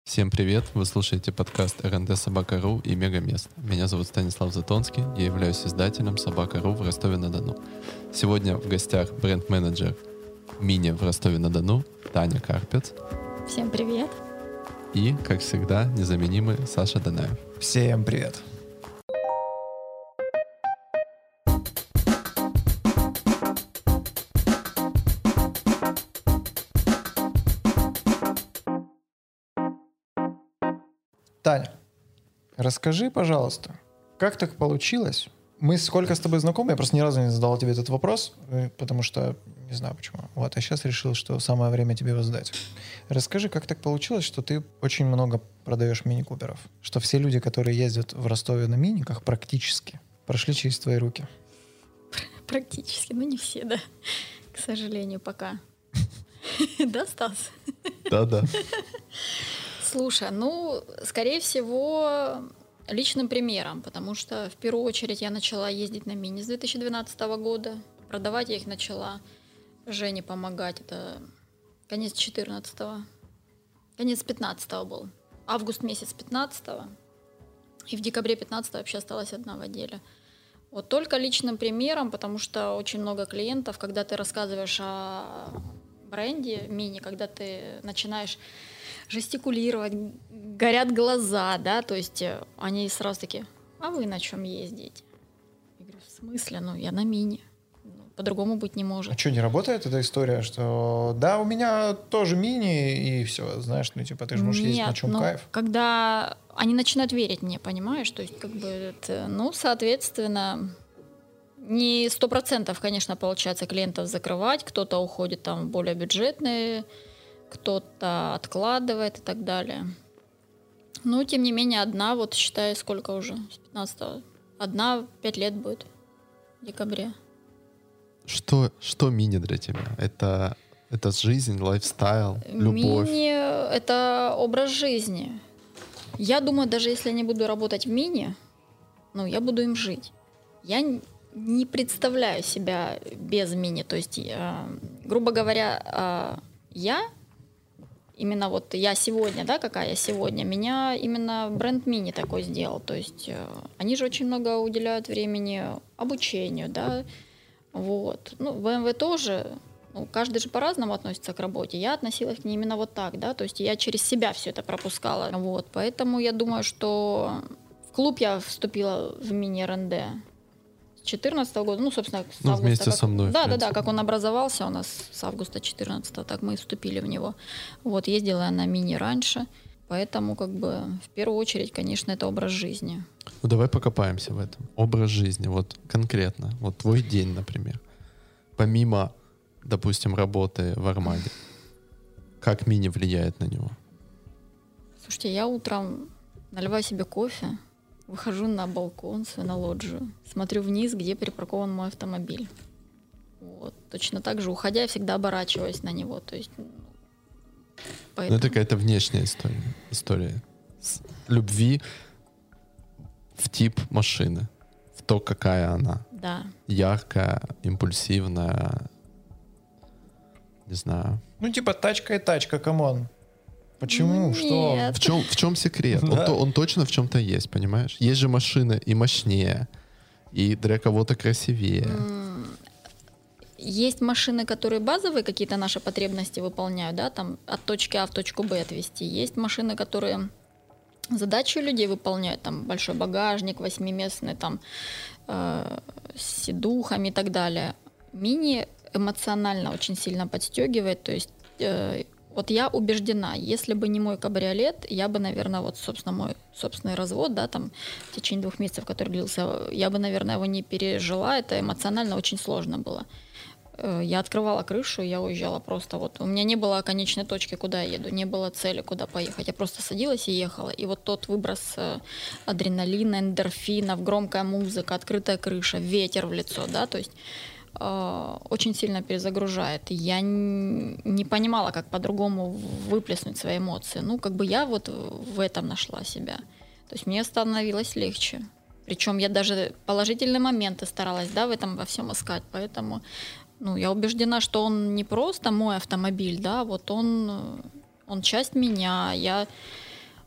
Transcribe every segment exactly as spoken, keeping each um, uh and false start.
Всем привет! Вы слушаете подкаст эр эн дэ Собака точка ру и Мегамест. Меня зовут Станислав Затонский, я являюсь издателем Собака точка ру в Ростове-на-Дону. Сегодня в гостях бренд-менеджер Мини в Ростове-на-Дону Таня Карпец. Всем привет! И, как всегда, незаменимый Саша Данаев. Всем привет! Таня, расскажи, пожалуйста, как так получилось? Мы сколько с тобой знакомы, я просто ни разу не задал тебе этот вопрос, потому что не знаю почему. Вот, а сейчас решил, что самое время тебе его задать. Расскажи, как так получилось, что ты очень много продаешь мини-куперов? Что все люди, которые ездят в Ростове на миниках, практически прошли через твои руки? Практически, но не все, да. К сожалению, пока. Да, Стас? Да-да. Слушай, ну, скорее всего, личным примером, потому что в первую очередь я начала ездить на мини с две тысячи двенадцатого года. Продавать я их начала Жене помогать. Это конец четырнадцатого. Конец пятнадцатого был. Август месяц пятнадцатого. И в декабре пятнадцатого вообще осталась одна в отделе. Вот только личным примером, потому что очень много клиентов, когда ты рассказываешь о бренде мини, когда ты начинаешь жестикулировать, горят глаза, да, то есть они сразу такие: а вы на чем ездите? Я говорю: в смысле? Ну, я на мини. Ну, по-другому быть не может. А что, не работает эта история, что да, у меня тоже мини, и все, знаешь, ну, типа, ты же можешь Нет, ездить на чем ну, кайф? когда они начинают верить мне, понимаешь, то есть, как бы, это, ну, соответственно, не сто процентов, конечно, получается клиентов закрывать, кто-то уходит там в более бюджетные, кто-то откладывает и так далее. Но, тем не менее, одна, вот считай, сколько уже, с пятнадцатого, одна пять лет будет в декабре. Что, что мини для тебя? Это, это жизнь, лайфстайл, любовь? Мини — это образ жизни. Я думаю, даже если я не буду работать в мини, ну, я буду им жить. Я не представляю себя без мини. То есть, э, грубо говоря, э, я... Именно вот я сегодня, да, какая я сегодня, меня именно бренд мини такой сделал. То есть э, они же очень много уделяют времени обучению, да, вот. Ну, бэ эм вэ тоже, ну, каждый же по-разному относится к работе. Я относилась к ней именно вот так, да, то есть я через себя все это пропускала, вот. Поэтому я думаю, что в клуб я вступила в мини эр эн дэ с четырнадцатого года, ну, собственно, с ну, августа. вместе как... со мной. Да, да, да, как он образовался у нас с августа четырнадцатого, так мы и вступили в него. Вот, ездила я на мини раньше, поэтому, как бы, в первую очередь, конечно, это образ жизни. Ну, давай покопаемся в этом. Образ жизни, вот конкретно, вот твой день, например. Помимо, допустим, работы в Армаде, как мини влияет на него? Слушайте, я утром наливаю себе кофе, выхожу на балкон, свою на лоджию, смотрю вниз, где припаркован мой автомобиль. Вот. Точно так же, уходя, я всегда оборачиваюсь на него. То есть, поэтому... Ну, это какая-то внешняя история. История с любви в тип машины, в то, какая она. Да. Яркая, импульсивная, не знаю. Ну, типа, тачка и тачка, камон. Почему? Нет. Что? В чем, в чем секрет? Он, Да. то- он точно в чем-то есть, понимаешь? Есть же машины и мощнее, и для кого-то красивее. М, Есть машины, которые базовые какие-то наши потребности выполняют, да, там от точки А в точку Б отвезти. Есть машины, которые задачи у людей выполняют, там большой багажник, восьмиместный, там э, с сидухами и так далее. Мини эмоционально очень сильно подстегивает, то есть э, вот я убеждена, если бы не мой кабриолет, я бы, наверное, вот, собственно, мой собственный развод, да, там, в течение двух месяцев, который длился, я бы, наверное, его не пережила, это эмоционально очень сложно было. Э, Я открывала крышу, я уезжала просто вот, у меня не было конечной точки, куда я еду, не было цели, куда поехать, я просто садилась и ехала, и вот тот выброс э, адреналина, эндорфинов, громкая музыка, открытая крыша, ветер в лицо, да, то есть очень сильно перезагружает. Я не понимала, как по-другому выплеснуть свои эмоции. Ну, как бы я вот в этом нашла себя. То есть мне становилось легче. Причем я даже положительные моменты старалась, да, в этом во всем искать. Поэтому, ну, я убеждена, что он не просто мой автомобиль, да, вот он, он часть меня. Я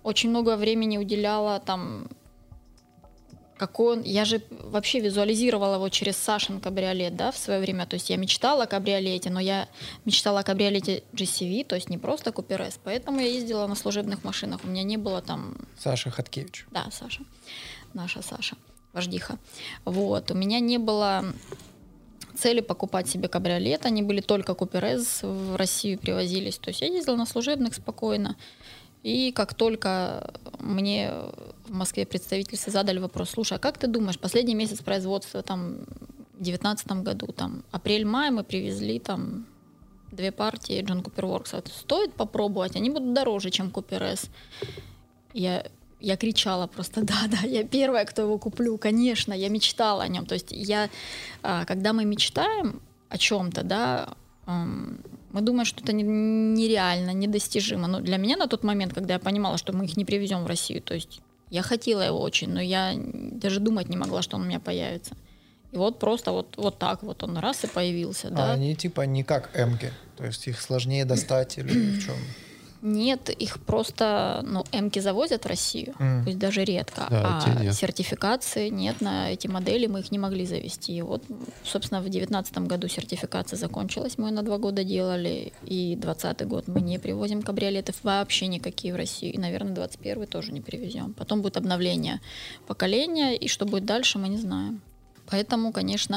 очень много времени уделяла там, какой он... Я же вообще визуализировала его через Сашин кабриолет, да, в свое время. То есть я мечтала о кабриолете, но я мечтала о кабриолете джи си ви, то есть не просто Купер С. Поэтому я ездила на служебных машинах. У меня не было там... Саша Хаткевич. Да, Саша. Наша Саша. Вождиха. Вот. У меня не было цели покупать себе кабриолет. Они были только Купер С, в Россию привозились. То есть я ездила на служебных спокойно. И как только мне в Москве представительцы задали вопрос: слушай, а как ты думаешь, последний месяц производства там в девятнадцатом году, там апрель-май мы привезли там две партии John Cooper Works. Стоит попробовать? Они будут дороже, чем Купер С. Я, я кричала просто: да, да, я первая, кто его куплю, конечно, я мечтала о нем. То есть я, когда мы мечтаем о чем-то, да, мы думаем, что это нереально, недостижимо. Но для меня на тот момент, когда я понимала, что мы их не привезем в Россию, то есть я хотела его очень, но я даже думать не могла, что он у меня появится. И вот просто вот, вот так вот он раз и появился. А да. они типа не как М-ки, то есть их сложнее достать или в чем? Нет, их просто, ну, М-ки завозят в Россию, mm. пусть даже редко, да, а сертификации нет, на эти модели мы их не могли завести. И вот, собственно, в две тысячи девятнадцатом году сертификация закончилась, мы на два года делали, и двадцатый год мы не привозим кабриолетов вообще никакие в Россию, и, наверное, двадцать первый тоже не привезем. Потом будет обновление поколения, и что будет дальше, мы не знаем. Поэтому, конечно,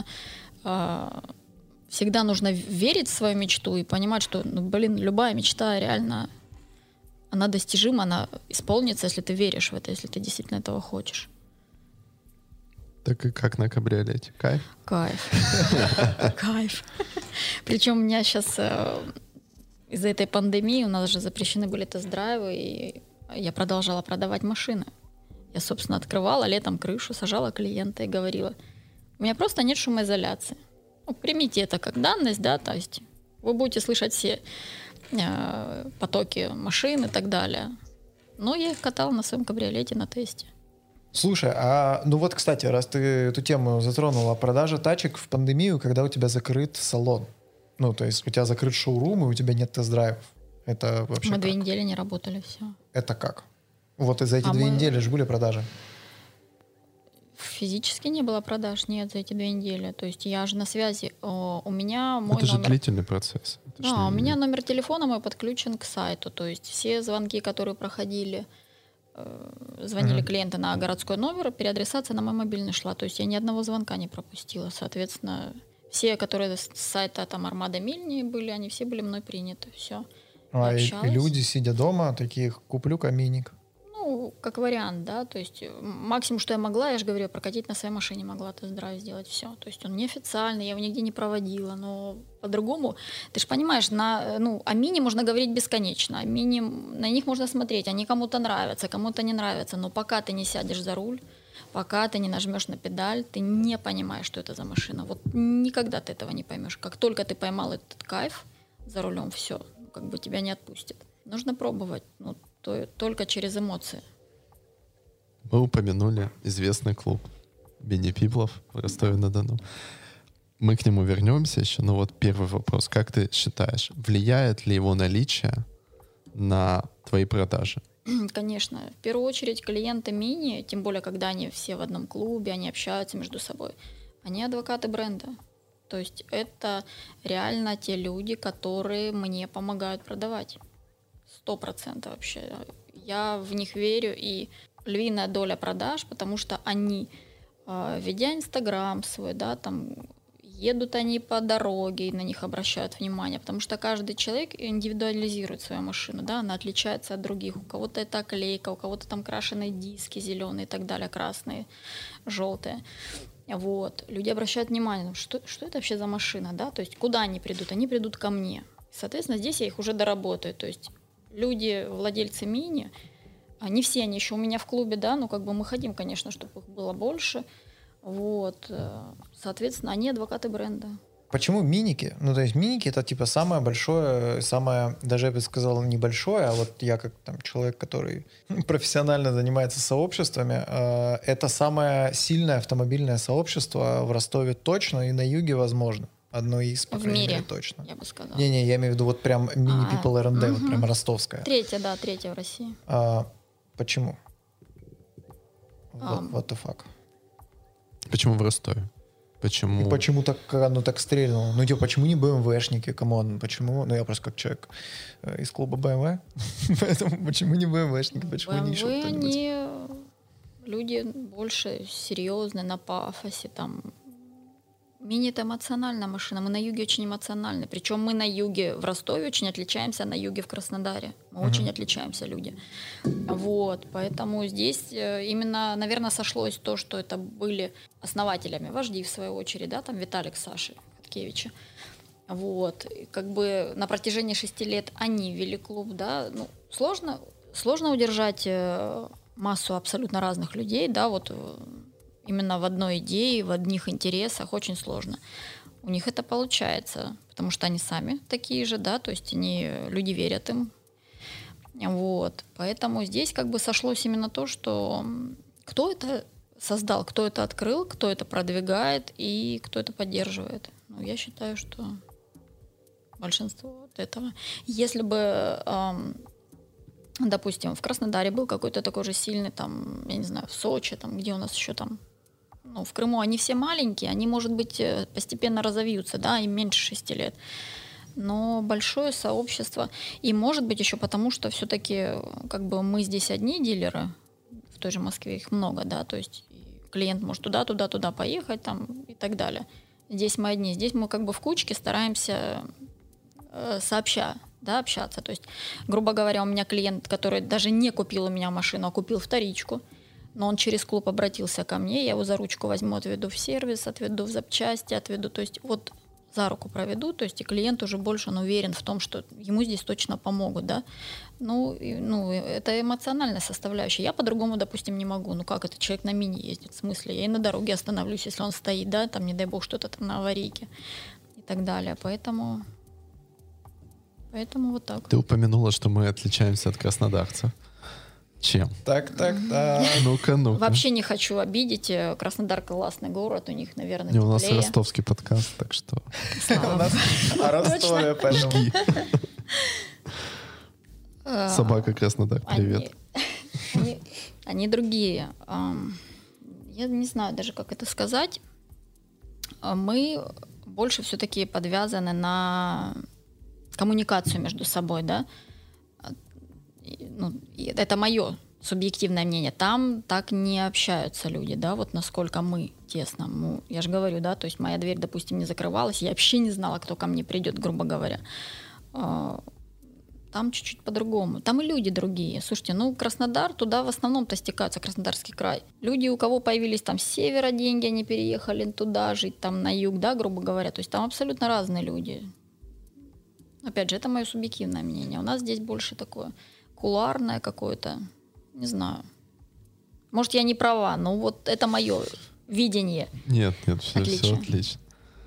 всегда нужно верить в свою мечту и понимать, что, ну, блин, любая мечта реально... Она достижима, она исполнится, если ты веришь в это, если ты действительно этого хочешь. Так и как на кабриолете? Кайф? Кайф. Кайф. Причем у меня сейчас из-за этой пандемии у нас же запрещены были тест-драйвы, и я продолжала продавать машины. Я, собственно, открывала летом крышу, сажала клиента и говорила: у меня просто нет шумоизоляции. Ну, примите это как данность, да, то есть вы будете слышать все потоки машин и так далее. Но я их катала на своем кабриолете на тесте. Слушай, а ну вот, кстати, раз ты эту тему затронула, продажа тачек в пандемию, когда у тебя закрыт салон. Ну, то есть у тебя закрыт шоурум, и у тебя нет тест-драйвов. Это вообще Мы как? две недели не работали, все. Это как? Вот из-за эти а две мы... недели же были продажи. Физически не было продаж, нет, за эти две недели. То есть я же на связи. О, у меня мой Это номер... же длительный процесс. Это да, не... у меня номер телефона мой подключен к сайту. То есть все звонки, которые проходили, э, звонили mm-hmm. клиенты на городской номер, переадресация на мой мобильный шла. То есть я ни одного звонка не пропустила. Соответственно, все, которые с сайта там Армада Мильни были, они все были мной приняты. Все. А и люди, сидя дома, такие: куплю каминик. Ну, как вариант, да, то есть максимум, что я могла, я же говорю, прокатить на своей машине могла тест-драйв сделать, все. То есть он неофициальный, я его нигде не проводила, но по-другому, ты же понимаешь, на, ну, о мини можно говорить бесконечно, о мини, на них можно смотреть, они кому-то нравятся, кому-то не нравятся, но пока ты не сядешь за руль, пока ты не нажмешь на педаль, ты не понимаешь, что это за машина. Вот никогда ты этого не поймешь. Как только ты поймал этот кайф за рулем, все, как бы тебя не отпустит. Нужно пробовать, ну, то, только через эмоции. Мы упомянули известный клуб Бенни Пиплов в Ростове-на-Дону. Мы к нему вернемся еще, но вот первый вопрос. Как ты считаешь, влияет ли его наличие на твои продажи? Конечно. В первую очередь клиенты мини, тем более, когда они все в одном клубе, они общаются между собой, они адвокаты бренда. То есть это реально те люди, которые мне помогают продавать. Сто процентов вообще. Я в них верю, и львиная доля продаж, потому что они, ведя Инстаграм свой, да, там едут они по дороге, и на них обращают внимание, потому что каждый человек индивидуализирует свою машину, да, она отличается от других. У кого-то это оклейка, у кого-то там крашеные диски зеленые и так далее, красные, желтые. Вот. Люди обращают внимание, что, что это вообще за машина, да, то есть куда они придут? Они придут ко мне. Соответственно, здесь я их уже доработаю, то есть люди, владельцы мини, не все они еще у меня в клубе, да, но как бы мы хотим, конечно, чтобы их было больше. Вот. Соответственно, они адвокаты бренда. Почему миники? Ну, то есть миники — это типа самое большое, самое, даже я бы сказал, небольшое, а вот я как там человек, который профессионально занимается сообществами, э, это самое сильное автомобильное сообщество в Ростове точно и на юге возможно. Одно из, по в крайней мире, мере, точно. Я бы сказала. Не-не, я имею в виду вот прям мини-people эр энд ди, угу. вот прям ростовская. Третья, да, третья в России. А, Почему? Um. What, what the fuck? Почему в Ростове? Почему? И почему так, оно так стрельнуло? Ну, типа, почему не БМВшники? Камон, почему? Ну, я просто как человек э, из клуба БМВ. Поэтому почему не БМВшники? Почему не еще БМВ, кто-нибудь? они люди больше серьезные, на пафосе, там. Мини — это эмоциональная машина. Мы на юге очень эмоциональны. Причем мы на юге в Ростове очень отличаемся, а на юге в Краснодаре. Мы uh-huh. очень отличаемся, люди. Вот. Поэтому здесь именно, наверное, сошлось то, что это были основателями вожди, в свою очередь, да, там Виталик с Сашей Хаткевича. Вот. И как бы на протяжении шести лет они вели клуб, да. Ну, сложно, сложно удержать массу абсолютно разных людей, да, вот именно в одной идее, в одних интересах очень сложно. У них это получается, потому что они сами такие же, да, то есть они, люди верят им. Вот. Поэтому здесь как бы сошлось именно то, что кто это создал, кто это открыл, кто это продвигает и кто это поддерживает. Ну, я считаю, что большинство от этого. Если бы, эм, допустим, в Краснодаре был какой-то такой же сильный, там, я не знаю, в Сочи, там, где у нас еще там, ну, в Крыму, они все маленькие, они, может быть, постепенно разовьются, да, им меньше шести лет. Но большое сообщество, и, может быть, еще потому, что все-таки, как бы, мы здесь одни дилеры, в той же Москве их много, да, то есть клиент может туда, туда, туда поехать, там, и так далее. Здесь мы одни, здесь мы как бы в кучке стараемся э, сообща, да, общаться. То есть, грубо говоря, у меня клиент, который даже не купил у меня машину, а купил вторичку, но он через клуб обратился ко мне, я его за ручку возьму, отведу в сервис, отведу в запчасти, отведу, то есть вот за руку проведу, то есть и клиент уже больше, он уверен в том, что ему здесь точно помогут, да. Ну, и, ну, это эмоциональная составляющая. Я по-другому, допустим, не могу. Ну как это, человек на мини ездит, в смысле? Я и на дороге остановлюсь, если он стоит, да, там, не дай бог, что-то там на аварийке и так далее. Поэтому, поэтому вот так. Ты упомянула, что мы отличаемся от краснодарцев. Чем? Так, так, так. Ну-ка, ну-ка. Вообще не хочу обидеть. Краснодар классный город, у них, наверное, не, теплее. у нас ростовский подкаст, так что... А Ростове, поэтому... Собака Краснодар, привет. Они, они, они другие. Я не знаю даже, как это сказать. Мы больше все-таки подвязаны на коммуникацию между собой, да. Ну, это мое субъективное мнение. Там так не общаются люди, да, вот насколько мы тесно. Ну, я же говорю, да, то есть моя дверь, допустим, не закрывалась, я вообще не знала, кто ко мне придет, грубо говоря. Там чуть-чуть по-другому. Там и люди другие. Слушайте, ну, Краснодар, туда в основном-то стекаются, Краснодарский край. Люди, у кого появились там с севера деньги, они переехали туда жить, там на юг, да, грубо говоря. То есть там абсолютно разные люди. Опять же, это мое субъективное мнение. У нас здесь больше такое кулуарное какое-то, не знаю. Может, я не права, но вот это мое видение. Нет, нет, все отлично. Все отлично.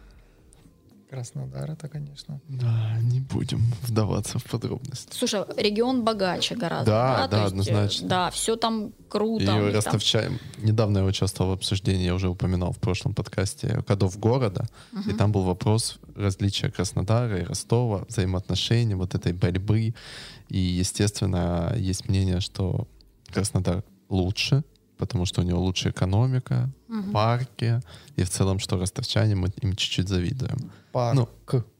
Краснодар, это, конечно. Да, не будем вдаваться в подробности. Слушай, регион богаче гораздо. Да, да, да, есть, однозначно. Да, все там круто. И ростовчане... Там... Недавно я участвовал в обсуждении, я уже упоминал в прошлом подкасте, кодов города, угу. И там был вопрос различия Краснодара и Ростова, взаимоотношений, вот этой борьбы. И, естественно, есть мнение, что Краснодар лучше, потому что у него лучшая экономика, угу. парки, и в целом, что ростовчане, мы им чуть-чуть завидуем. Парк. Ну,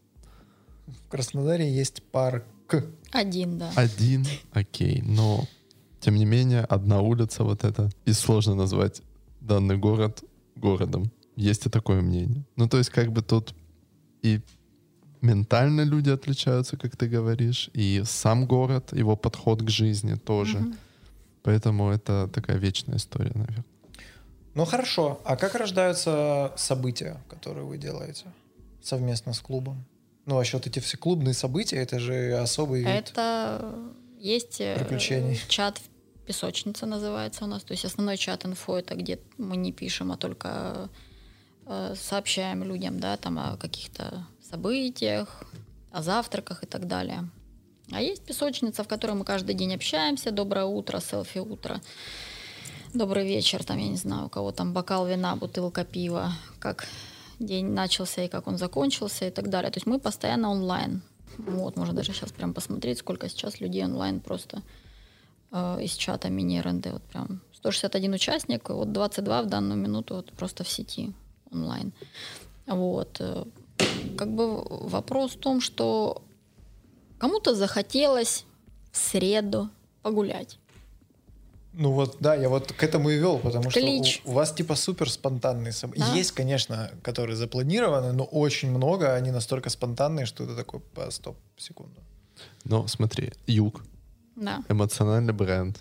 в Краснодаре есть парк. Один, да. Один, окей. Но, тем не менее, одна улица вот эта, и сложно назвать данный город городом. Есть и такое мнение. Ну, то есть, как бы тут и ментально люди отличаются, как ты говоришь, и сам город, его подход к жизни тоже. Угу. Поэтому это такая вечная история, наверное. Ну хорошо, а как рождаются события, которые вы делаете совместно с клубом? Ну вообще вот эти все клубные события, это же особый вид это есть приключений. Чат «Песочница» называется у нас. То есть основной чат инфо — это где мы не пишем, а только э, сообщаем людям, да, там о каких-то событиях, о завтраках и так далее. А есть песочница, в которой мы каждый день общаемся. Доброе утро, селфи утро. Добрый вечер, там, я не знаю, у кого там бокал вина, бутылка пива, как день начался и как он закончился и так далее. То есть мы постоянно онлайн. Вот, можно даже сейчас прям посмотреть, сколько сейчас людей онлайн просто э, из чата мини-эр эн дэ. Вот прям сто шестьдесят один участник, вот двадцать два в данную минуту вот просто в сети онлайн. Вот. Как бы вопрос в том, что кому-то захотелось в среду погулять. Ну вот, да, я вот к этому и вел, потому Клич. что у, у вас типа супер спонтанные события. Да. Есть, конечно, которые запланированы, но очень много, они настолько спонтанные, что это такой по стоп секунду. Но смотри, юг, Да. эмоциональный бренд,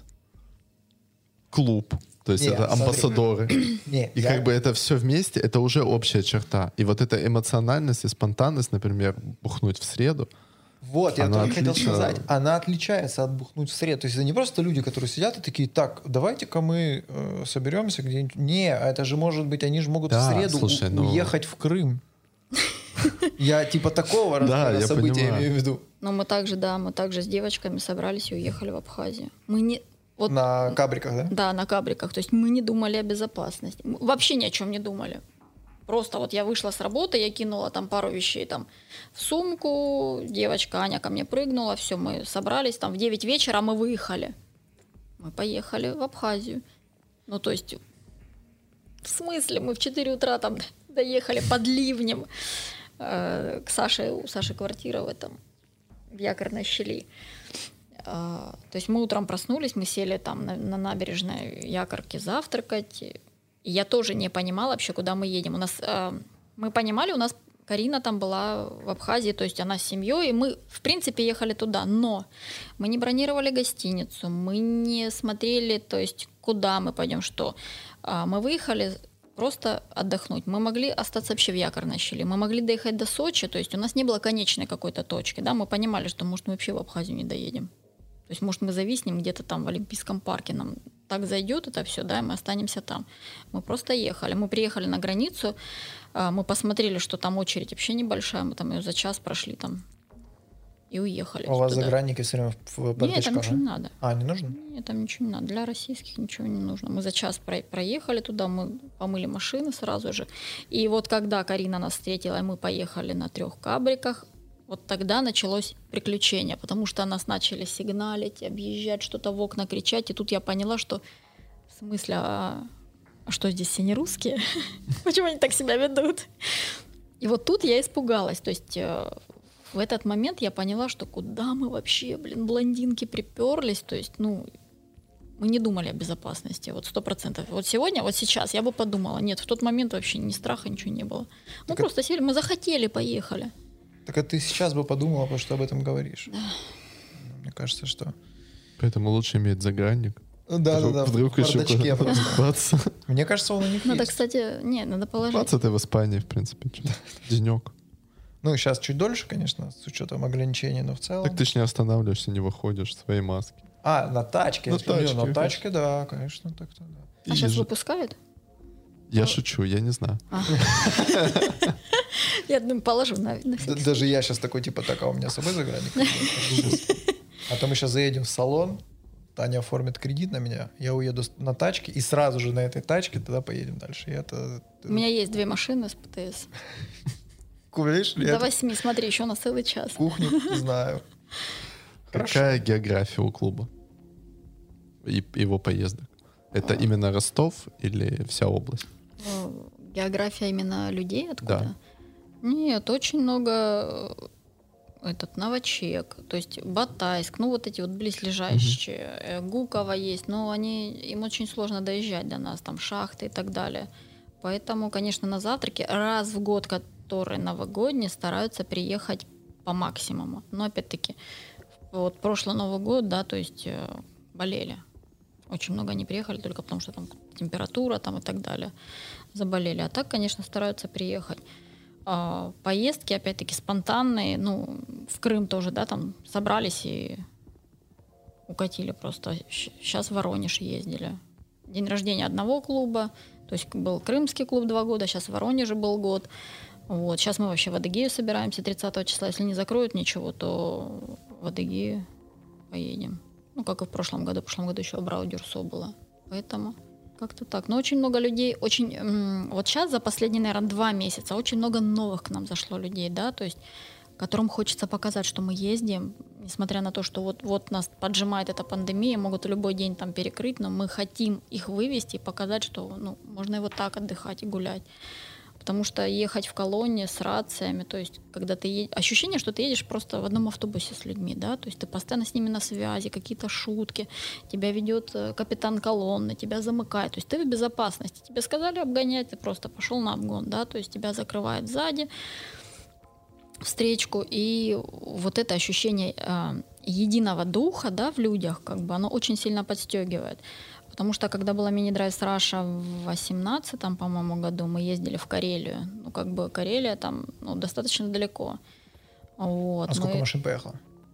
клуб, то есть Не, это смотри. амбассадоры. Не, И я- как бы это все вместе, это уже общая черта. И вот эта эмоциональность и спонтанность, например, бухнуть в среду, Вот, я Она только хотел отлично- сказать, она отличается от бухнуть в среду. То есть это не просто люди, которые сидят и такие, так, давайте-ка мы э, соберемся где-нибудь. Не, а это же может быть, они же могут Да, в среду слушай, у- ну- уехать в Крым. Я типа такого Да, размера я события понимаю. имею в виду. Но мы также, да, мы также с девочками собрались и уехали в Абхазию. Мы не... Вот, На кабриках, да? да, на кабриках. То есть мы не думали о безопасности. Мы вообще ни о чем не думали. Просто вот я вышла с работы, я кинула там пару вещей там в сумку, девочка Аня ко мне прыгнула, все, мы собрались, там в девять вечера мы выехали. Мы поехали в Абхазию. Ну, то есть, в смысле, мы в четыре утра там доехали под ливнем э, к Саше, у Саши квартира в этом, в якорной щели. Э, то есть мы утром проснулись, мы сели там на, на набережной Якорки завтракать. И я тоже не понимала вообще, куда мы едем. У нас, э, мы понимали, у нас Карина там была в Абхазии, то есть она с семьей, и мы, в принципе, ехали туда. Но мы не бронировали гостиницу, мы не смотрели, то есть куда мы пойдем, что. А мы выехали просто отдохнуть. Мы могли остаться вообще в якорной щели, мы могли доехать до Сочи, то есть у нас не было конечной какой-то точки. Да? Мы понимали, что, может, мы вообще в Абхазию не доедем. То есть, может, мы зависнем где-то там в Олимпийском парке, нам так зайдет это все, да, и мы останемся там. Мы просто ехали. Мы приехали на границу, а, мы посмотрели, что там очередь вообще небольшая, мы там ее за час прошли там и уехали. А у вас туда. загранники все время в Нет, там бардачках, ничего да? не надо. А, не нужно? Нет, там ничего не надо. Для российских ничего не нужно. Мы за час про- проехали туда, мы помыли машины сразу же. И вот когда Карина нас встретила, и мы поехали на трех кабриках, вот тогда началось приключение, потому что нас начали сигналить, объезжать, что-то в окна кричать. И тут я поняла, что в смысле, а, а что здесь все не русские? Почему они так себя ведут? И вот тут я испугалась. То есть э, в этот момент я поняла, что куда мы вообще, блин, блондинки приперлись. То есть, ну, мы не думали о безопасности, вот сто процентов. Вот сегодня, вот сейчас я бы подумала, нет, в тот момент вообще ни страха, ничего не было. Мы Так просто сели, мы захотели, поехали. Так а ты сейчас бы подумала, потому что об этом говоришь. Да. Мне кажется, что... поэтому лучше иметь загранник. Да, вдруг, да, да. Вдруг в еще бардачке куда-то просто. бац. Мне кажется, он у них Надо, есть. кстати, не, надо положить. Бац, это в Испании, в принципе. чё. Денек. Ну, сейчас чуть дольше, конечно, с учетом ограничений, но в целом... Так ты ж не останавливаешься, не выходишь в своей маске. А, на тачке. На я смотрю, тачке, на конечно. тачке, да, конечно, так-то да. А сейчас Езжу. выпускают? Я шучу, я не знаю. А. Я думаю, положу на, на Д- всякий Даже я сейчас такой, типа, так, а у меня с собой загранник? А то мы сейчас заедем в салон, Таня оформит кредит на меня, я уеду с- на тачке, и сразу же на этой тачке тогда поедем дальше. И это... У меня есть две машины с ПТС. Видишь, я До эту восьми, смотри, еще на целый час. кухню знаю. Хорошо. Какая география у клуба? И его поездок? Это именно Ростов или вся область? Э, География именно людей откуда? Да. Нет, очень много э, этот Новочек, то есть Батайск, ну вот эти вот близлежащие, э, Гуково есть, но они, им очень сложно доезжать до нас, там шахты и так далее. Поэтому, конечно, на завтраки раз в год, который новогодний, стараются приехать по максимуму. Но опять-таки, вот прошлый Новый год, да, то есть э, болели. Очень много не приехали только потому, что там температура там и так далее. Заболели. А так, конечно, стараются приехать. А, поездки, опять-таки, спонтанные. Ну, в Крым тоже, да, там собрались и укатили просто. Сейчас в Воронеж ездили. День рождения одного клуба. То есть был крымский клуб два года, сейчас в Воронеже был год. Вот. Сейчас мы вообще в Адыгею собираемся тридцатого числа. Если не закроют ничего, то в Адыгею поедем. Ну, как и в прошлом году. В прошлом году еще Абрау Дюрсо было. Поэтому как-то так. Но очень много людей, очень... М- вот сейчас за последние, наверное, два месяца очень много новых к нам зашло людей, да, то есть которым хочется показать, что мы ездим, несмотря на то, что вот, вот нас поджимает эта пандемия, могут любой день там перекрыть, но мы хотим их вывести и показать, что ну, можно и вот так отдыхать и гулять. Потому что ехать в колонне с рациями, то есть когда ты едешь, ощущение, что ты едешь просто в одном автобусе с людьми, да, то есть ты постоянно с ними на связи, какие-то шутки, тебя ведет капитан колонны, тебя замыкает, то есть ты в безопасности, тебе сказали обгонять, ты просто пошел на обгон, да, то есть тебя закрывает сзади встречку, и вот это ощущение э, единого духа, да, в людях, как бы, оно очень сильно подстегивает. Потому что когда была мини-драйв Раша в восемнадцатом, по-моему, году, мы ездили в Карелию. Ну, как бы Карелия там ну, достаточно далеко. Вот. А сколько мы... машин поехало?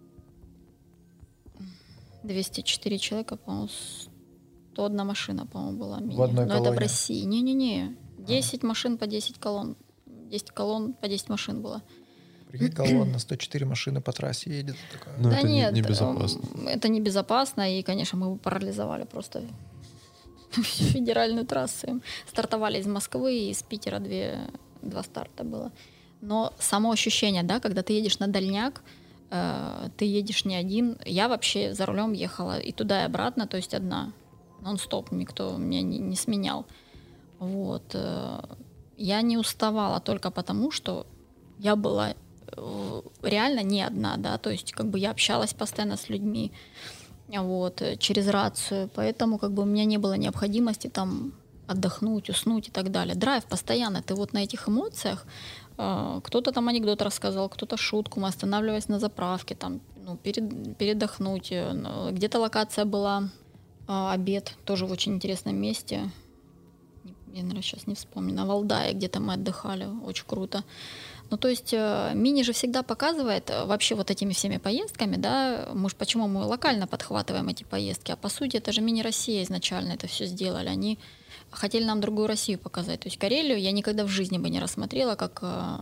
двести четыре человека, по-моему, сто одна машина, по-моему, была. Мини. В одной Но колонне? это в России. Не-не-не. десять а. машин по десять колонн. десять колонн по десять машин было. Прикинь, колонна, сто четыре машины по трассе едет. Такая. Ну, да это нет, не, не безопасно. Это небезопасно, и, конечно, мы его парализовали просто всю федеральную трассу. Стартовали из Москвы, и из Питера две, два старта было. Но само ощущение, да, когда ты едешь на дальняк, э, ты едешь не один. Я вообще за рулем ехала и туда, и обратно, то есть одна. Нон-стоп, никто меня не, не сменял. Вот. Э, я не уставала только потому, что я была реально не одна, да, то есть как бы я общалась постоянно с людьми, вот, через рацию, поэтому как бы у меня не было необходимости там отдохнуть, уснуть и так далее. Драйв постоянно, ты вот на этих эмоциях, э, кто-то там анекдот рассказал, кто-то шутку, мы останавливались на заправке, там, ну, перед, передохнуть, где-то локация была, э, обед, тоже в очень интересном месте, я, наверное, сейчас не вспомню, на Валдае где-то мы отдыхали, очень круто. Ну, то есть э, мини же всегда показывает э, вообще вот этими всеми поездками, да, мы ж почему мы локально подхватываем эти поездки, а по сути это же мини-Россия изначально это все сделали, они хотели нам другую Россию показать, то есть Карелию я никогда в жизни бы не рассмотрела как э,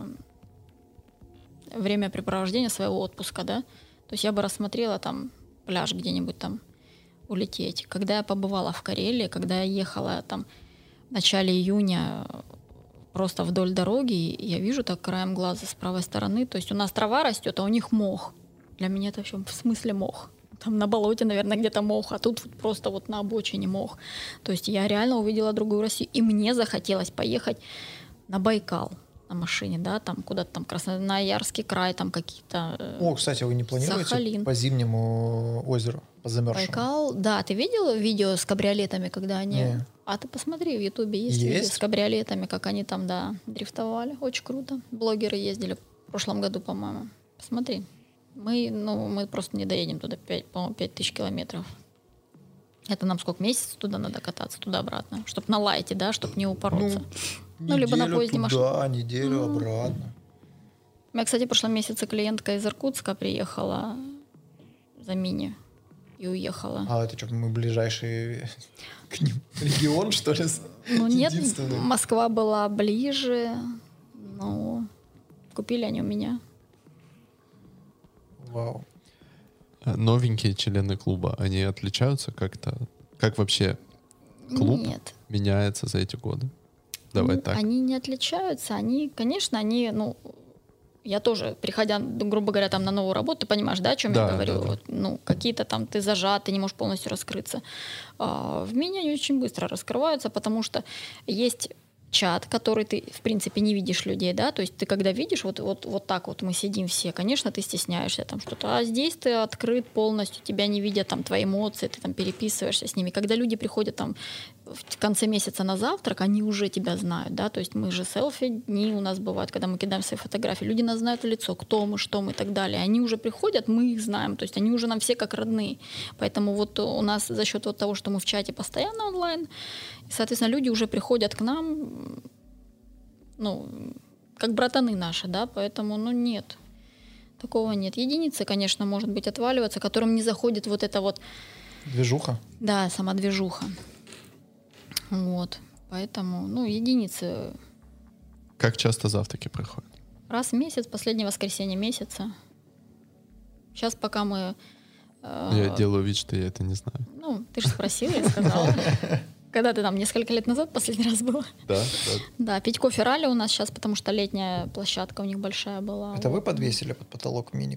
времяпрепровождения своего отпуска, да, то есть я бы рассмотрела там пляж где-нибудь там улететь. Когда я побывала в Карелии, когда я ехала там в начале июня просто вдоль дороги, я вижу так краем глаза с правой стороны, то есть у нас трава растет, а у них мох. Для меня это все в смысле мох. Там на болоте, наверное, где-то мох, а тут вот просто вот на обочине мох. То есть я реально увидела другую Россию, и мне захотелось поехать на Байкал на машине, да, там куда-то там Красноярский край, там какие-то э, О, кстати, вы не планируете Сахалин. По зимнему озеру, по замерзшему? Байкал, да, ты видел видео с кабриолетами, когда они... Не. А ты посмотри, в Ютубе есть, есть видео с кабриолетами, как они там, да, дрифтовали. Очень круто. Блогеры ездили в прошлом году, по-моему. Посмотри. Мы, ну, мы просто не доедем туда, пять, по-моему, пять тысяч километров. Это нам сколько, месяцев туда надо кататься, туда-обратно? Чтобы на лайте, да, чтобы не упороться. Ну, Ну, либо на поезде туда, машина. неделю Ну. обратно. У меня, кстати, в прошлом месяце клиентка из Иркутска приехала за мини и уехала. А это что, мы ближайший к ним регион, что ли? Ну нет, Единственный. Москва была ближе, но купили они у меня. Вау. Новенькие члены клуба, они отличаются как-то? Как вообще клуб Нет. меняется за эти годы? Давай они, так. Они не отличаются, они, конечно, они, ну, я тоже, приходя, грубо говоря, там на новую работу, ты понимаешь, да, о чем Да, я говорю? да, да. Вот, ну, какие-то там ты зажат, ты не можешь полностью раскрыться. А, в меня они очень быстро раскрываются, потому что есть чат, который ты, в принципе, не видишь людей, да, то есть ты когда видишь, вот, вот, вот так вот мы сидим все, конечно, ты стесняешься там что-то, а здесь ты открыт полностью, тебя не видят там твои эмоции, ты там переписываешься с ними. Когда люди приходят там в конце месяца на завтрак, они уже тебя знают, да, то есть мы же селфи-дни у нас бывают, когда мы кидаем свои фотографии, люди нас знают в лицо, кто мы, что мы и так далее, они уже приходят, мы их знаем, то есть они уже нам все как родные, поэтому вот у нас за счет вот того, что мы в чате постоянно онлайн, соответственно, люди уже приходят к нам, ну, как братаны наши, да, поэтому, ну, нет, такого нет. Единицы, конечно, может быть, отваливаться, которым не заходит вот это вот... Движуха? Да, сама движуха. Вот, поэтому, ну, единицы... Как часто завтраки проходят? Раз в месяц, последнее воскресенье месяца. Сейчас пока мы... Э, Я делаю вид, что я это не знаю. Ну, ты же спросила, я сказала. Когда ты там несколько лет назад последний раз была? Да, да. Да, пить кофе ралли у нас сейчас, потому что летняя площадка у них большая была. Это вы Вот. подвесили под потолок миник?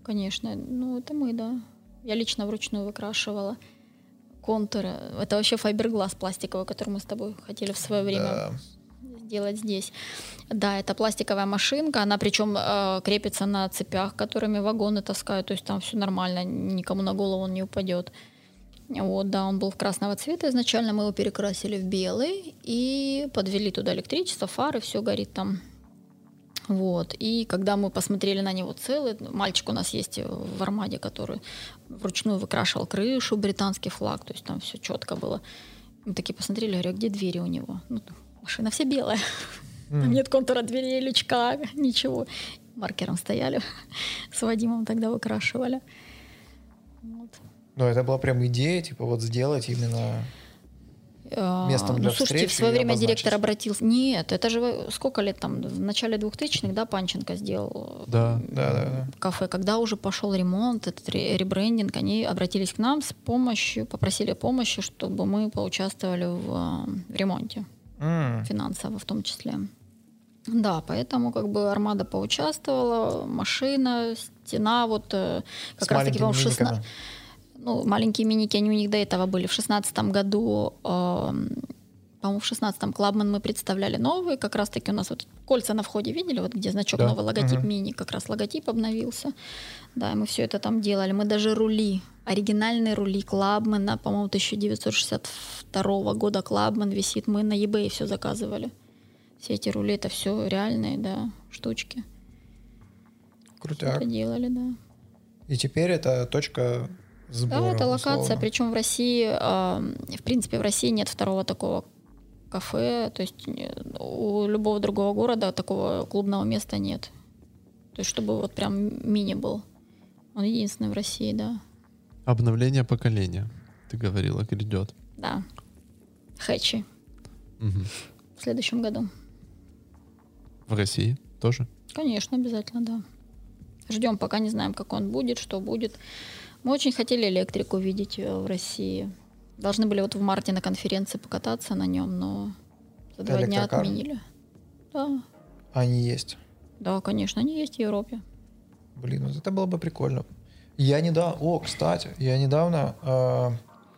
конечно. Ну, это мы, да. Я лично вручную выкрашивала контуры. Это вообще файберглаз пластиковый, который мы с тобой хотели в свое время Да. сделать здесь. Да, это пластиковая машинка, она причем э, крепится на цепях, которыми вагоны таскают, то есть там все нормально, никому на голову он не упадет. Вот, да, он был красного цвета изначально, мы его перекрасили в белый и подвели туда электричество, фары, все горит там. Вот. И когда мы посмотрели на него целый, мальчик у нас есть в Армаде, который вручную выкрашивал крышу, британский флаг, то есть там все четко было. Мы такие посмотрели, говорю, а где двери у него? Ну, машина вся белая. Mm. Там нет контура дверей, лючка, ничего. Маркером стояли, с Вадимом тогда выкрашивали. Вот. Ну, это была прям идея, типа, вот сделать именно местом для ну, слушайте, встречи. В свое время директор обратился. Нет, это же сколько лет там, в начале двухтысячных, да, Панченко сделал да. Да, да, да. кафе. Когда уже пошел ремонт, этот ребрендинг, они обратились к нам с помощью, попросили помощи, чтобы мы поучаствовали в, в ремонте. Mm. Финансово в том числе. Да, поэтому как бы Армада поучаствовала, машина, стена, вот как с раз таки, по-моему, в шестнадцатом Ну, маленькие миники, они у них до этого были. В шестнадцатом году, э, по-моему, в шестнадцатом Клабман мы представляли новый. Как раз-таки у нас вот кольца на входе видели, вот где значок, да. Новый логотип uh-huh. мини, как раз логотип обновился. Да, и мы все это там делали. Мы даже рули, оригинальные рули Клабмана, по-моему, тысяча девятьсот шестьдесят второго года Клабман висит. Мы на eBay все заказывали. Все эти рули, это все реальные, да, штучки. Крутяк. Все это делали, да. И теперь это точка... Сбора, да, это локация, условно. Причем в России, э, в принципе, в России нет второго такого кафе, то есть у любого другого города такого клубного места нет. То есть чтобы вот прям мини был. Он единственный в России, да. Обновление поколения, ты говорила, грядет. Да. Хэтчи. Угу. В следующем году. В России тоже? Конечно, обязательно, да. Ждем, пока не знаем, как он будет, что будет. Мы очень хотели электрику видеть в России. Должны были вот в марте на конференции покататься на нем, но за два дня отменили. Да. Они есть? Да, конечно, они есть в Европе. Блин, вот это было бы прикольно. Я недавно... О, кстати, я недавно... Э,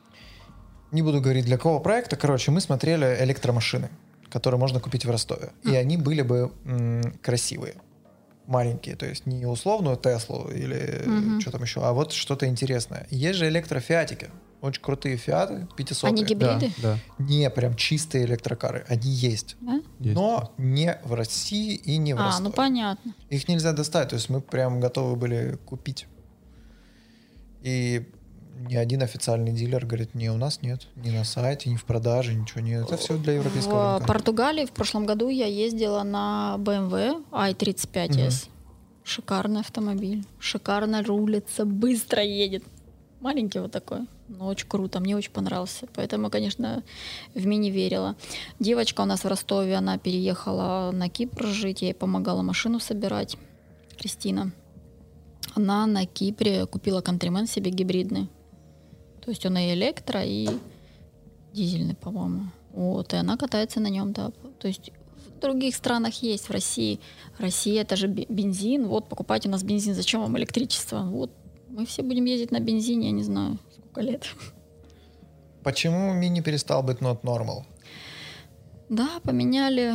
не буду говорить, для какого проекта. Короче, мы смотрели электромашины, которые можно купить в Ростове. Mm. И они были бы м, красивые. Маленькие, то есть не условную Теслу или mm-hmm. что там еще, а вот что-то интересное. Есть же электрофиатики, очень крутые фиаты, пятисотые. Они гибриды? Да, да. Не, прям чистые электрокары, они есть. Да? Есть. Но не в России и не в а, Ростове. А, ну понятно. Их нельзя достать, то есть мы прям готовы были купить. И ни один официальный дилер говорит, не, у нас нет, ни на сайте, ни в продаже, ничего нет. Это все для европейского В рынка. Португалии в прошлом году я ездила на бэ эм вэ ай тридцать пять эс. Угу. Шикарный автомобиль. Шикарно рулится, быстро едет. Маленький вот такой, но очень круто. Мне очень понравился. Поэтому, конечно, в мини верила. Девочка у нас в Ростове, она переехала на Кипр жить. Я ей помогала машину собирать. Кристина. Она на Кипре купила Countryman себе гибридный. То есть он и электро, и дизельный, по-моему. Вот, и она катается на нем, да. То есть в других странах есть, в России. Россия — это же бензин. Вот, покупайте у нас бензин. Зачем вам электричество? Вот, мы все будем ездить на бензине, я не знаю, сколько лет. Почему мини перестал быть not normal? Да, поменяли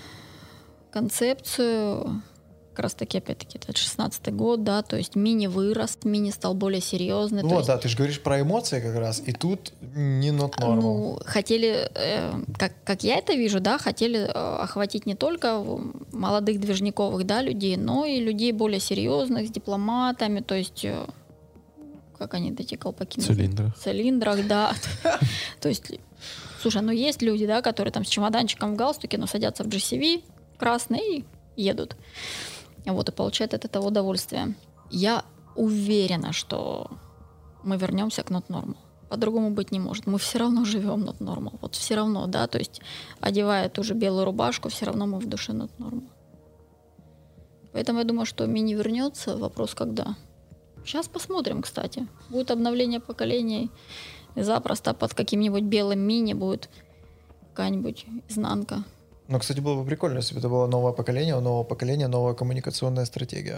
концепцию. Как раз таки, опять-таки, это шестнадцатый год, да, то есть мини вырос, мини стал более серьезный. Вот, есть... да, ты же говоришь про эмоции как раз, и тут не not normal. Ну, хотели, э, как, как я это вижу, да, хотели э, охватить не только молодых движниковых, да, людей, но и людей более серьезных, с дипломатами, то есть, э, как они, эти колпаки? В цилиндрах. В цилиндрах, да. То есть, слушай, ну есть люди, да, которые там с чемоданчиком в галстуке, но садятся в джи си ви красный и едут. Вот, и получает от этого удовольствие. Я уверена, что мы вернемся к not normal. По-другому быть не может. Мы все равно живем not normal. Вот все равно, да, то есть, одевая ту же белую рубашку, все равно мы в душе not normal. Поэтому я думаю, что мини вернется. Вопрос, когда. Сейчас посмотрим, кстати. Будет обновление поколений. И запросто под каким-нибудь белым мини будет какая-нибудь изнанка. Ну, кстати, было бы прикольно, если бы это было новое поколение, у нового поколения новая коммуникационная стратегия.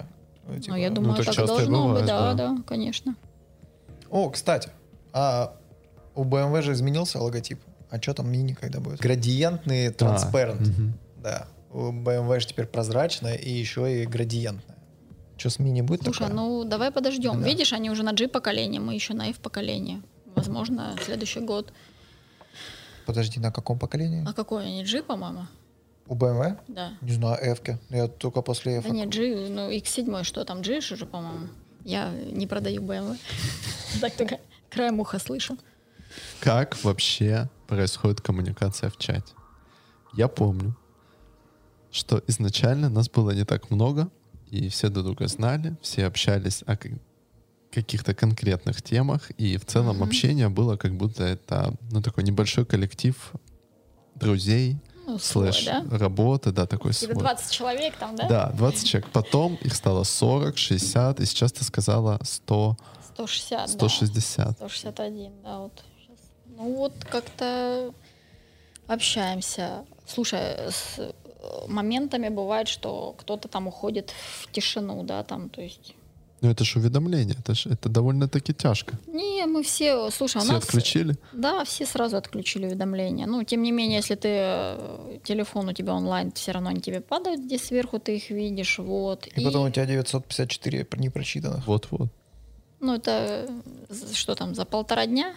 Ну, типа, Ну, я думаю, так так часто и должно бывает, быть, да, да. да, конечно. О, кстати, а у бэ эм вэ же изменился логотип. А что там мини когда будет? Градиентный транспарент. мгм. Да. У бэ эм вэ же теперь прозрачная и еще и градиентная. Что с мини будет Слушай, такое? ну давай подождем. Да. Видишь, они уже на G поколение, мы еще на F поколение. Возможно, следующий год. Подожди, на каком поколении? А какой они? G, по-моему? У бэ эм вэ? Да. Не знаю, F-ки. Я только после F. Да нет, G, ну икс семь, что там, G уже, по-моему. Я не продаю бэ эм вэ. Так только краем уха слышу. Как вообще происходит коммуникация в чате? Я помню, что изначально нас было не так много, и все друг друга знали, все общались о ка- каких-то конкретных темах, и в целом Мгм. общение было как будто это, ну, такой небольшой коллектив друзей, Ну, свой, слэш да? работы, да, такой Где-то свой. двадцать человек там, да? Да, двадцать человек. Потом их стало сорок, шестьдесят, и сейчас ты сказала сто, сто шестьдесят, сто да. шестьдесят. сто шестьдесят один, да, вот сейчас. Ну вот как-то общаемся. Слушай, с э, моментами бывает, что кто-то там уходит в тишину, да, там, то есть... Ну это же уведомление, это ж это довольно-таки тяжко. Не, мы все, слушай, у Все нас... отключили? Да, все сразу отключили уведомления. Ну, тем не менее, если ты э, телефон у тебя онлайн, все равно они тебе падают здесь сверху, ты их видишь, вот. И потом у тебя девятьсот пятьдесят четыре непрочитанных. Вот-вот. Ну, это э, что там, за полтора дня?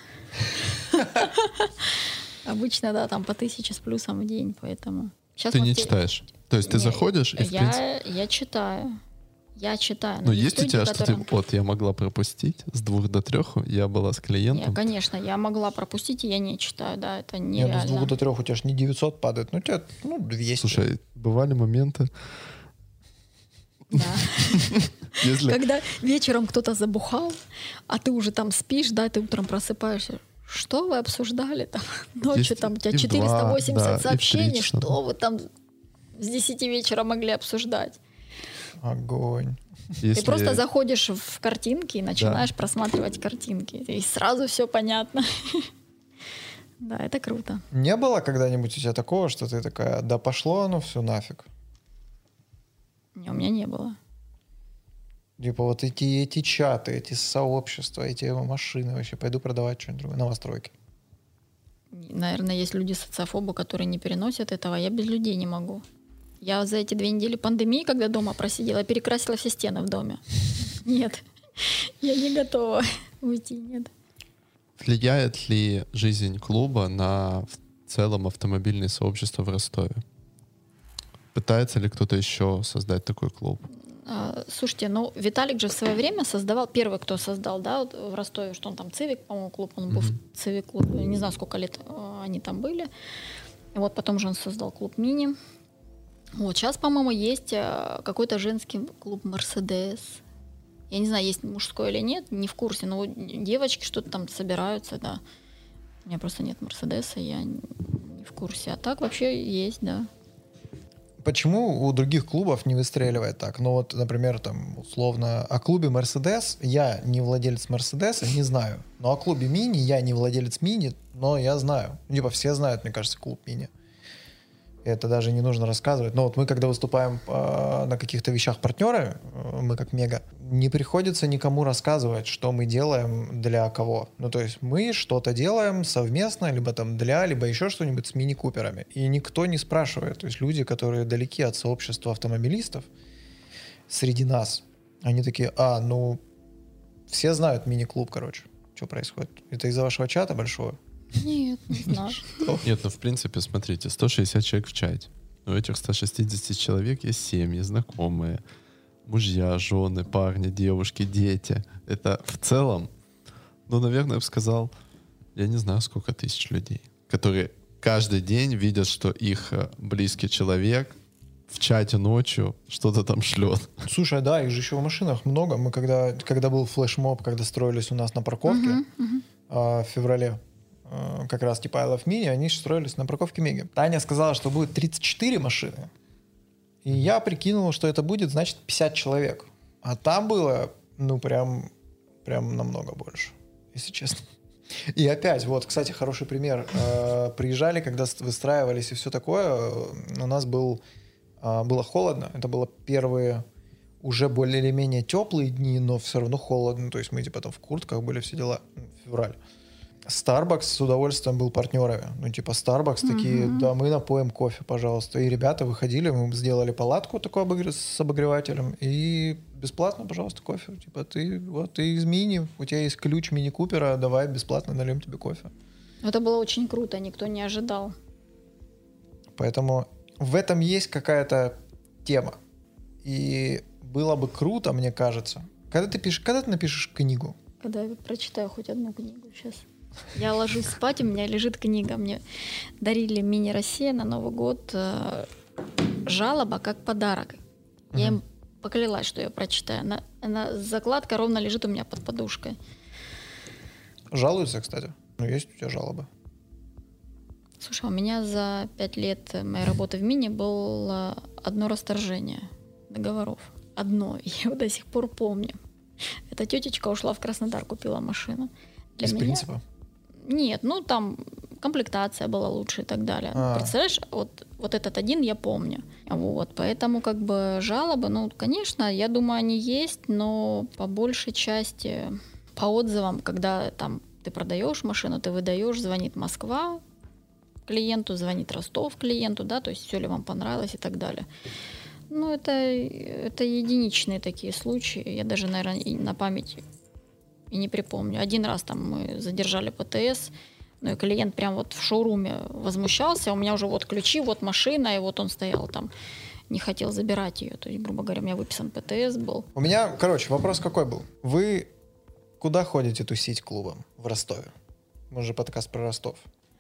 Обычно, да, там по тысяче с плюсом в день, поэтому... Сейчас Ты вот не те- читаешь? То есть ты Не, заходишь и в принципе... я, я читаю. Я читаю. Ну, есть у люди, тебя, что ты, которым- вот, я могла пропустить с двух до трех, я была с Не, клиентом. конечно, я могла пропустить, и я не читаю, да, это Нет, ну, с нереально. двух до трех у тебя же не девятьсот падает, ну у тебя ну, двести. Слушай, бывали моменты, Да. если... Когда вечером кто-то забухал, а ты уже там спишь, да, ты утром просыпаешься. Что вы обсуждали там? Ночью Есть там у тебя и в два, четыреста восемьдесят да, и в три сообщений, часа. что вы там с десяти вечера могли обсуждать? Огонь. если- Ты просто заходишь в картинки и начинаешь просматривать картинки. И сразу все понятно. Да, это круто. Не было когда-нибудь у тебя такого, что ты такая, да пошло оно все нафиг? Не, у меня не было. Типа вот эти, эти чаты, эти сообщества, эти машины, вообще пойду продавать что-нибудь другое, новостройки. Наверное, есть люди социофобы, которые не переносят этого. Я без людей не могу. Я за эти две недели пандемии, когда дома просидела, перекрасила все стены в доме. Нет, я не готова уйти, нет. Влияет ли жизнь клуба на в целом автомобильное сообщество в Ростове? Пытается ли кто-то еще создать такой клуб? А, Слушайте, ну Виталик же в свое время создавал, первый, кто создал, да, вот в Ростове, что он там Цивик, по-моему, клуб, он был Мгм. в Цивик клубе, не знаю, сколько лет э, они там были. И вот потом же он создал клуб Мини. Вот сейчас, по-моему, есть э, какой-то женский клуб Мерседес. Я не знаю, есть мужской или нет, не в курсе, но вот девочки что-то там собираются, да. У меня просто нет Мерседеса, я не в курсе. А так вообще есть, да. Почему у других клубов не выстреливает так? Ну вот, например, там, условно, о клубе Мерседес, я не владелец Мерседеса, не знаю. Но о клубе Мини я не владелец Мини, но я знаю. Ну, типа все знают, мне кажется, клуб Мини. Это даже не нужно рассказывать. Но вот мы, когда выступаем э, на каких-то вещах партнеры, э, мы как Мега, не приходится никому рассказывать, что мы делаем для кого. Ну, то есть мы что-то делаем совместно, либо там для, либо еще что-нибудь с мини-куперами. И никто не спрашивает. То есть люди, которые далеки от сообщества автомобилистов, среди нас, они такие, а, ну, все знают мини-клуб, короче. Что происходит? Это из-за вашего чата большого? Нет, не знаю. Нет, ну в принципе, смотрите, сто шестьдесят человек в чате. У этих ста шестидесяти человек есть семьи, знакомые, мужья, жены, парни, девушки, дети. Это в целом, ну, наверное, я бы сказал, я не знаю, сколько тысяч людей, которые каждый день видят, что их э, близкий человек в чате ночью что-то там шлет. Слушай, да, их же еще в машинах много. Мы когда, когда был флешмоб, когда строились у нас на парковке Мгм, мгм. а, в феврале, а, как раз типа I Love Mini, они же строились на парковке Меги. Таня сказала, что будет тридцать четыре машины. И я прикинул, что это будет, значит, пятьдесят человек. А там было, ну, прям, прям намного больше, если честно. И опять, вот, кстати, хороший пример. Э, Приезжали, когда с- выстраивались и все такое, э, у нас был, э, было холодно. Это было первые уже более или менее теплые дни, но все равно холодно. То есть мы типа там в куртках были, все дела. Февраль. Starbucks с удовольствием был партнерами. Ну, типа Starbucks mm-hmm. такие, да, мы напоим кофе, пожалуйста. И ребята выходили, мы сделали палатку такую обогр... с обогревателем, и бесплатно, пожалуйста, кофе. Типа ты, вот, ты из мини, у тебя есть ключ мини-купера, давай бесплатно нальем тебе кофе. Это было очень круто, никто не ожидал. Поэтому в этом есть какая-то тема. И было бы круто, мне кажется. Когда ты пишешь, когда ты напишешь книгу? Когда я прочитаю хоть одну книгу сейчас. Я ложусь спать, у меня лежит книга. Мне дарили мини-Россия на Новый год. Э, жалоба как подарок. Uh-huh. Я им поклялась, что я прочитаю. Она, она, закладка ровно лежит у меня под подушкой. Жалуются, кстати. Ну, есть у тебя жалобы? Слушай, у меня за пять лет моей работы в мини было одно расторжение договоров. Одно. Я его до сих пор помню. Эта тетечка ушла в Краснодар, купила машину. Для Из меня... принципа? Нет, ну там комплектация была лучше и так далее. А. Представляешь, вот, вот этот один я помню. Вот, поэтому как бы жалобы, ну, конечно, я думаю, они есть, но по большей части по отзывам, когда там ты продаешь машину, ты выдаешь, звонит Москва клиенту, звонит Ростов клиенту, да, то есть все ли вам понравилось и так далее. Ну, это, это единичные такие случаи. Я даже, наверное, и на память и не припомню. Один раз там мы задержали ПТС, ну и клиент прям вот в шоуруме возмущался, у меня уже вот ключи, вот машина, и вот он стоял там, не хотел забирать ее. То есть, грубо говоря, у меня выписан ПТС был. У меня, короче, вопрос какой был? Вы куда ходите тусить клубом в Ростове? Мы же подкаст про Ростов.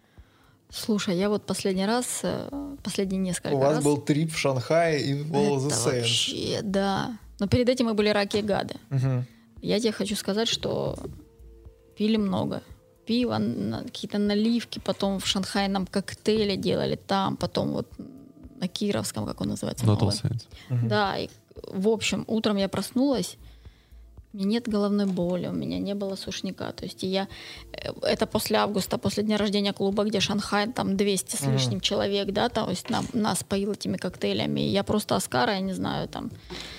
Слушай, я вот последний раз, последние несколько раз... У вас раз... был трип в Шанхае и в All the Saints. Вообще, да. Но перед этим мы были раки и гады. Угу. Я тебе хочу сказать, что пили много. Пиво, какие-то наливки, потом в Шанхае нам коктейли делали там, потом вот на Кировском, как он называется? Not all Saints. Угу. Да, и в общем, утром я проснулась, у меня нет головной боли, у меня не было сушняка. То есть я... Это после августа, после дня рождения клуба, где Шанхай, там двести с uh-huh. лишним человек, да, то есть нам, нас поил этими коктейлями. И я просто Оскара, я не знаю, там...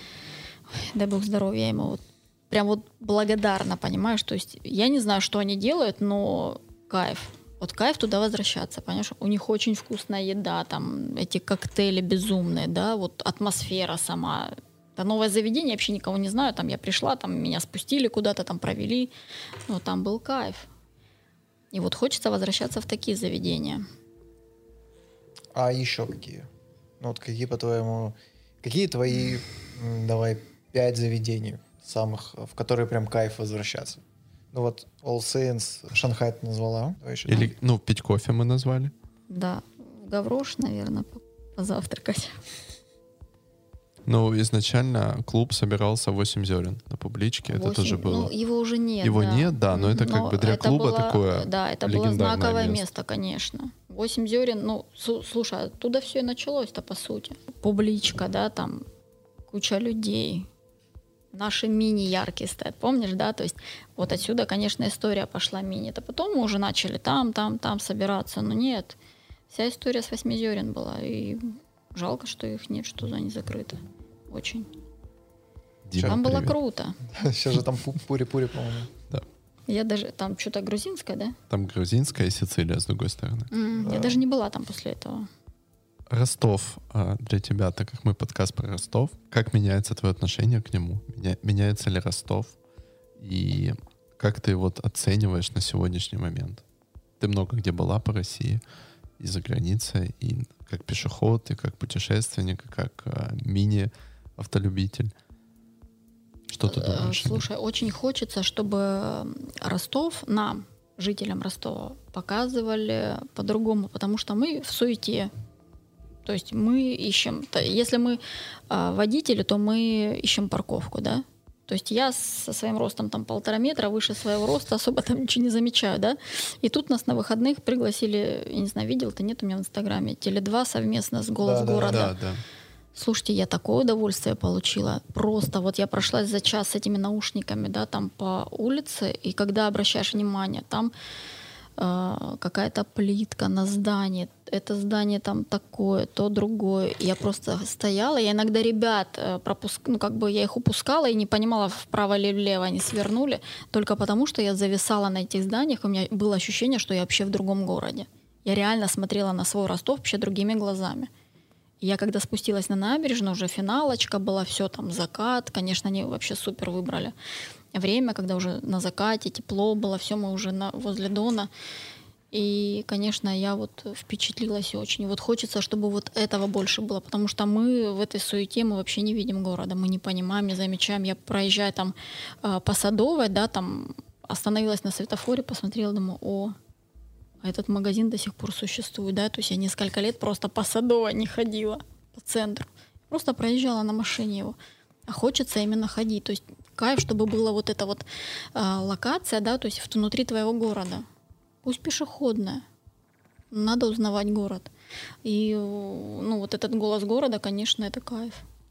Ой, дай бог здоровья, я ему вот прям вот благодарна, понимаешь? То есть я не знаю, что они делают, но кайф. Вот кайф туда возвращаться, понимаешь? У них очень вкусная еда, там эти коктейли безумные, да, вот атмосфера сама... Это новое заведение, вообще никого не знаю. Там я пришла, там меня спустили куда-то, там провели. Но там был кайф. И вот хочется возвращаться в такие заведения. А еще какие? Ну вот какие, по-твоему... Какие твои, давай, пять заведений самых, в которые прям кайф возвращаться? Ну вот All Saints, Шанхай ты назвала. Или, ну, пить кофе мы назвали. Да, в Гаврош, наверное, позавтракать. Ну, изначально клуб собирался восемь зерен на публичке. восемь, это тоже было. Ну, его уже нет. Его да. нет, да, но это но как бы для клуба было, такое. Да, это было знаковое место. место, конечно. восемь зерен, ну, слушай, оттуда все и началось-то, по сути. Публичка, да, там куча людей. Наши мини яркие стоят, помнишь, да? То есть вот отсюда, конечно, история пошла мини. Это потом мы уже начали там, там, там собираться. Но нет, вся история с восьми зерен была. И жалко, что их нет, что они закрыты. Очень. Дима, там привет. Было круто. Сейчас же там пури-пури, по-моему. Да. Я даже... Там что-то грузинское, да? Там грузинская и Сицилия, с другой стороны. Mm, да. Я даже не была там после этого. Ростов для тебя, так как мы подкаст про Ростов, как меняется твое отношение к нему? Меня, меняется ли Ростов? И как ты вот оцениваешь на сегодняшний момент? Ты много где была по России, и за границей, и как пешеход, и как путешественник, и как а, мини-автолюбитель. Что ты думаешь? Слушай, очень хочется, чтобы Ростов нам, жителям Ростова, показывали по-другому, потому что мы в суете. То есть мы ищем... Если мы а, водители, то мы ищем парковку, да? То есть я со своим ростом там полтора метра, выше своего роста, особо там ничего не замечаю, да? И тут нас на выходных пригласили, я не знаю, видел ты, нет у меня в Инстаграме, Теле два совместно с «Голос да, города». Да, да. Слушайте, я такое удовольствие получила. Просто вот я прошлась за час с этими наушниками, да, там по улице, и когда обращаешь внимание, там э, какая-то плитка на здании, это здание там такое, то другое. Я просто стояла, я иногда ребят пропуск... ну, как бы я их упускала и не понимала, вправо или влево они свернули, только потому, что я зависала на этих зданиях, у меня было ощущение, что я вообще в другом городе. Я реально смотрела на свой Ростов вообще другими глазами. И я когда спустилась на набережную, уже финалочка была, все там, закат, конечно, они вообще супер выбрали время, когда уже на закате, тепло было, все, мы уже на... возле Дона. И, конечно, я вот впечатлилась очень. И вот хочется, чтобы вот этого больше было, потому что мы в этой суете, мы вообще не видим города, мы не понимаем, не замечаем. Я проезжаю там э, по Садовой, да, там остановилась на светофоре, посмотрела, думаю, о, а этот магазин до сих пор существует, да, то есть я несколько лет просто по Садовой не ходила, по центру, просто проезжала на машине его. А хочется именно ходить, то есть кайф, чтобы была вот эта вот э, локация, да, то есть внутри твоего города. Пусть пешеходная. Надо узнавать город. И ну, вот этот голос города, конечно, это кайф.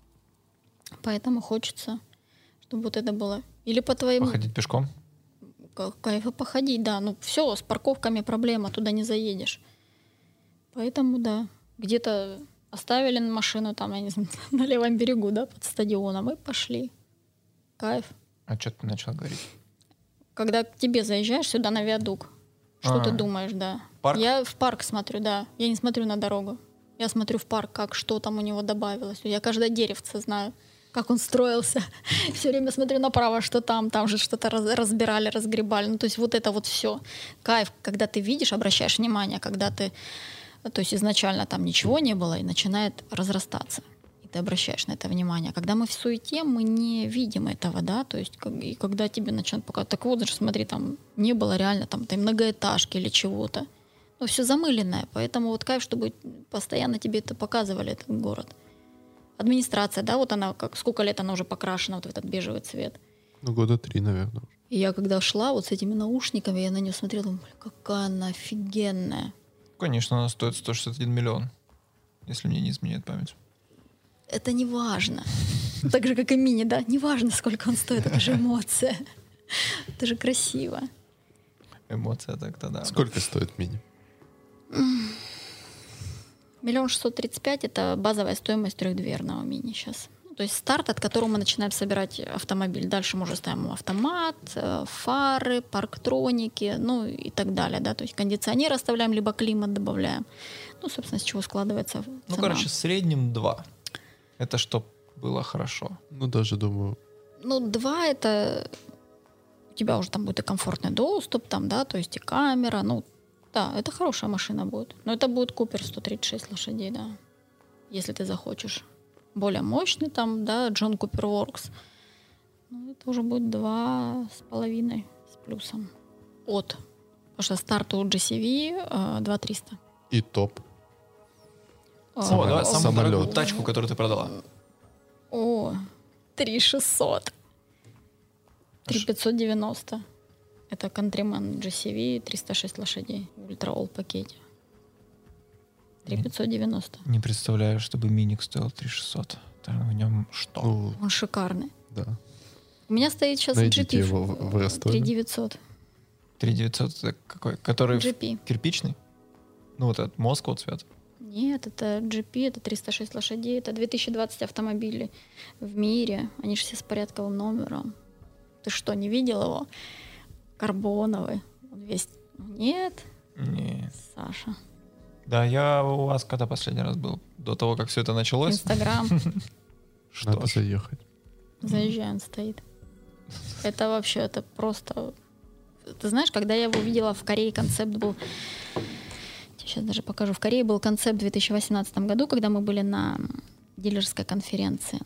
Поэтому хочется, чтобы вот это было. Или по твоим... Походить пешком? Кайф и походить, да. Ну все, с парковками проблема, туда не заедешь. Поэтому, да. Где-то оставили машину там, я не знаю, на левом берегу, да, под стадионом, и пошли. Кайф. А что ты начал говорить? Когда к тебе заезжаешь сюда на виадук, что А-а-а. ты думаешь, да? Парк? Я в парк смотрю, да. Я не смотрю на дорогу. Я смотрю в парк, как, что там у него добавилось. Я каждое деревце знаю, как он строился. Все время смотрю направо, что там. Там же что-то раз, разбирали, разгребали. Ну, то есть вот это вот все. Кайф, когда ты видишь, обращаешь внимание, когда ты... То есть изначально там ничего не было, и начинает разрастаться. И ты обращаешь на это внимание. Когда мы в суете, мы не видим этого, да, то есть как, и когда тебе начинают показывать, так вот же, смотри, там не было реально там той многоэтажки или чего-то. Ну, все замыленное, поэтому вот кайф, чтобы постоянно тебе это показывали, этот город. Администрация, да, вот она, как сколько лет она уже покрашена вот в этот бежевый цвет. Ну, года три, наверное. И я когда шла вот с этими наушниками, я на нее смотрела, думаю, какая она офигенная. Конечно, она стоит сто шестьдесят один миллион, если мне не изменяет память. Это не важно. Так же, как и мини, да? Не важно, сколько он стоит, это же эмоция. Это же красиво. Эмоция так-то, да. Сколько стоит мини? Миллион шестьсот тридцать пять — это базовая стоимость трехдверного мини сейчас. То есть старт, от которого мы начинаем собирать автомобиль. Дальше мы уже ставим автомат, фары, парктроники, ну и так далее. Да? То есть кондиционер оставляем, либо климат добавляем. Ну, собственно, с чего складывается цена. Ну, короче, в среднем два. Это чтоб было хорошо. Ну, даже думаю... Ну, два — это... У тебя уже там будет и комфортный доступ, там, да, то есть и камера. Ну, да, это хорошая машина будет. Но это будет Купер сто тридцать шесть лошадей, да. Если ты захочешь. Более мощный там, да, John Cooper Works. Ну, это уже будет два с половиной с плюсом. От. Потому что старт у джи си ви э, два триста. И топ. О, О, давай самую самолет. дорогую тачку, которую ты продала. О, три шестьсот. три пятьсот девяносто. Это Countryman джи си ви, триста шесть лошадей в Ultra All пакете. три пятьсот девяносто. Не представляю, чтобы миник стоил три шестьсот. В нем что? Ну, Он шикарный. да. У меня стоит сейчас Найдите джи пи его в- в Ростове. три девятьсот. три девятьсот это какой? Который джи пи. кирпичный? Ну, вот этот Москва цвет. Нет, это джи пи, это триста шесть лошадей, это две тысячи двадцать автомобилей в мире. Они же все с порядковым номером. Ты что, не видел его? Карбоновый. Он весь... Нет, Не. Саша. Да, я у вас когда последний раз был? До того, как все это началось? Инстаграм. Что Надо ж. заехать. Заезжай, он стоит. Это вообще, это просто... Ты знаешь, когда я его видела в Корее, концепт был... Сейчас даже покажу. В Корее был концепт в две тысячи восемнадцатом году, когда мы были на дилерской конференции.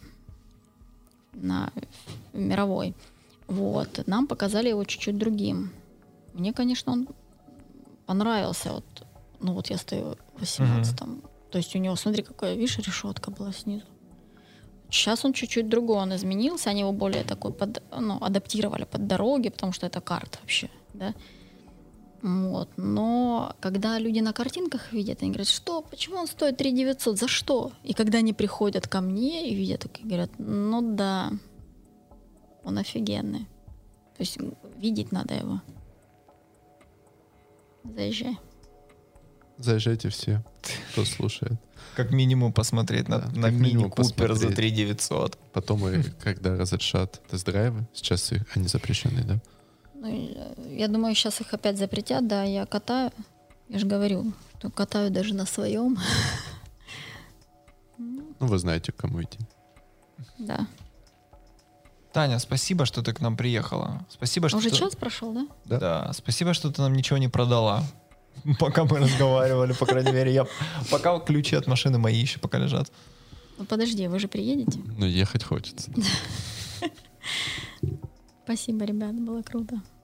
На мировой. Вот. Нам показали его чуть-чуть другим. Мне, конечно, он понравился. Вот, ну вот я стою в восемнадцатом. Mm-hmm. То есть у него, смотри, какая, видишь, решетка была снизу. Сейчас он чуть-чуть другой, он изменился. Они его более такой, под, ну, адаптировали под дороги, потому что это карт вообще, да. Вот. Но когда люди на картинках видят, они говорят, что, почему он стоит три девятьсот, за что? И когда они приходят ко мне и видят, так и говорят, ну да, он офигенный. То есть видеть надо его. Заезжай. Заезжайте все. кто слушает. Как минимум посмотреть на, Да, на как минимум мини-купер за посмотреть. три девятьсот. Потом, и когда разрешат тест-драйвы, сейчас их- они запрещены, да? Ну, и, я думаю, сейчас их опять запретят, да, я катаю. Я же говорю, что катаю даже на своем. Ну, вы знаете, к кому идти. Да. Таня, спасибо, что ты к нам приехала. Спасибо, что Уже ты... час прошел, да? Да. Да, спасибо, что ты нам ничего не продала. Пока мы разговаривали, по крайней мере. Я... Пока ключи от машины мои еще пока лежат. Ну подожди, вы же приедете? Ну, ехать хочется. Да. Спасибо, ребят, было круто.